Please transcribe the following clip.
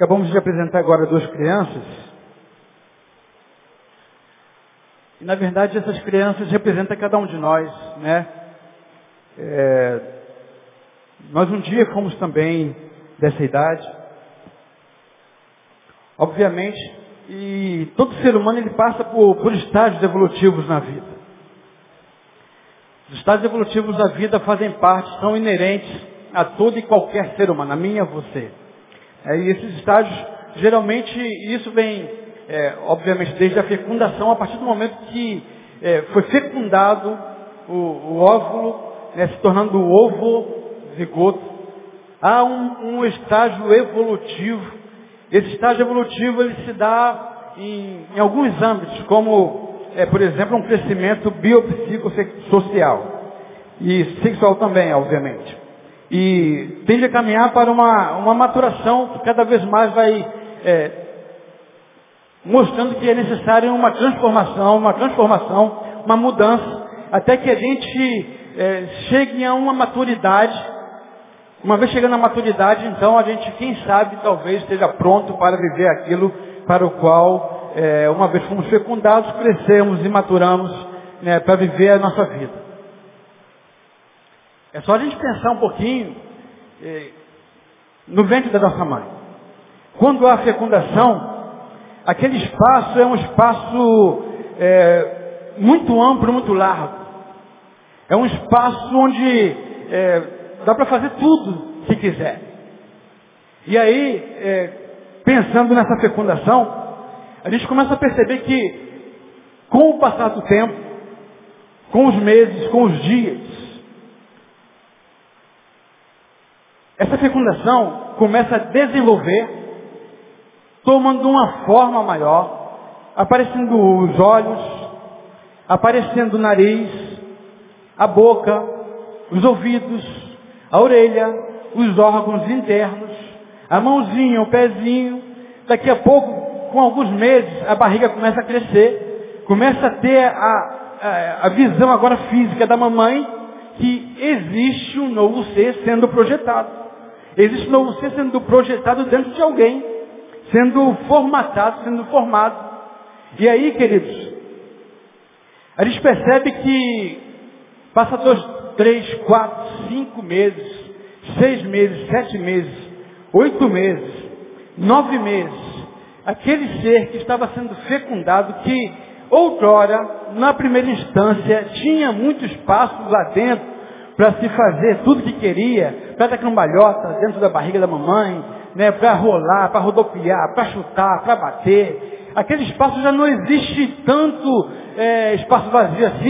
Acabamos de apresentar agora duas crianças. E, na verdade, essas crianças representam cada um de nós, né? Nós um dia fomos também dessa idade. Obviamente, e todo ser humano ele passa por estágios evolutivos na vida. Os estágios evolutivos da vida fazem parte, são inerentes a todo e qualquer ser humano, a mim e a você. E esses estágios, geralmente, isso vem, obviamente, desde a fecundação, a partir do momento que foi fecundado o óvulo, né, se tornando o ovo zigoto. Há um estágio evolutivo. Esse estágio evolutivo ele se dá em alguns âmbitos, como, por exemplo, um crescimento biopsicossocial e sexual também, obviamente. E tende a caminhar para uma maturação que cada vez mais vai mostrando que é necessária uma transformação, uma mudança, até que a gente chegue a uma maturidade. Uma vez chegando à maturidade, então a gente, quem sabe, talvez esteja pronto para viver aquilo para o qual, uma vez fomos fecundados, crescemos e maturamos, né, para viver a nossa vida. É só a gente pensar um pouquinho no ventre da nossa mãe. Quando há fecundação, aquele espaço é um espaço muito amplo, muito largo. É um espaço onde dá para fazer tudo se quiser. E aí, pensando nessa fecundação, a gente começa a perceber que, com o passar do tempo, com os meses, com os dias, essa fecundação começa a desenvolver, tomando uma forma maior, aparecendo os olhos, aparecendo o nariz, a boca, os ouvidos, a orelha, os órgãos internos, a mãozinha, o pezinho. Daqui a pouco, com alguns meses, a barriga começa a crescer, começa a ter a visão agora física da mamãe, que existe um novo ser sendo projetado. Existe um novo ser sendo projetado dentro de alguém, sendo formatado, sendo formado. E aí, queridos, a gente percebe que passa 2, 3, 4, 5 meses, 6 meses, 7 meses, 8 meses, 9 meses. Aquele ser que estava sendo fecundado, que outrora, na primeira instância, tinha muito espaço lá dentro para se fazer tudo que queria, para dar cambalhota dentro da barriga da mamãe, né, para rolar, para rodopiar, para chutar, para bater. Aquele espaço já não existe tanto espaço vazio assim.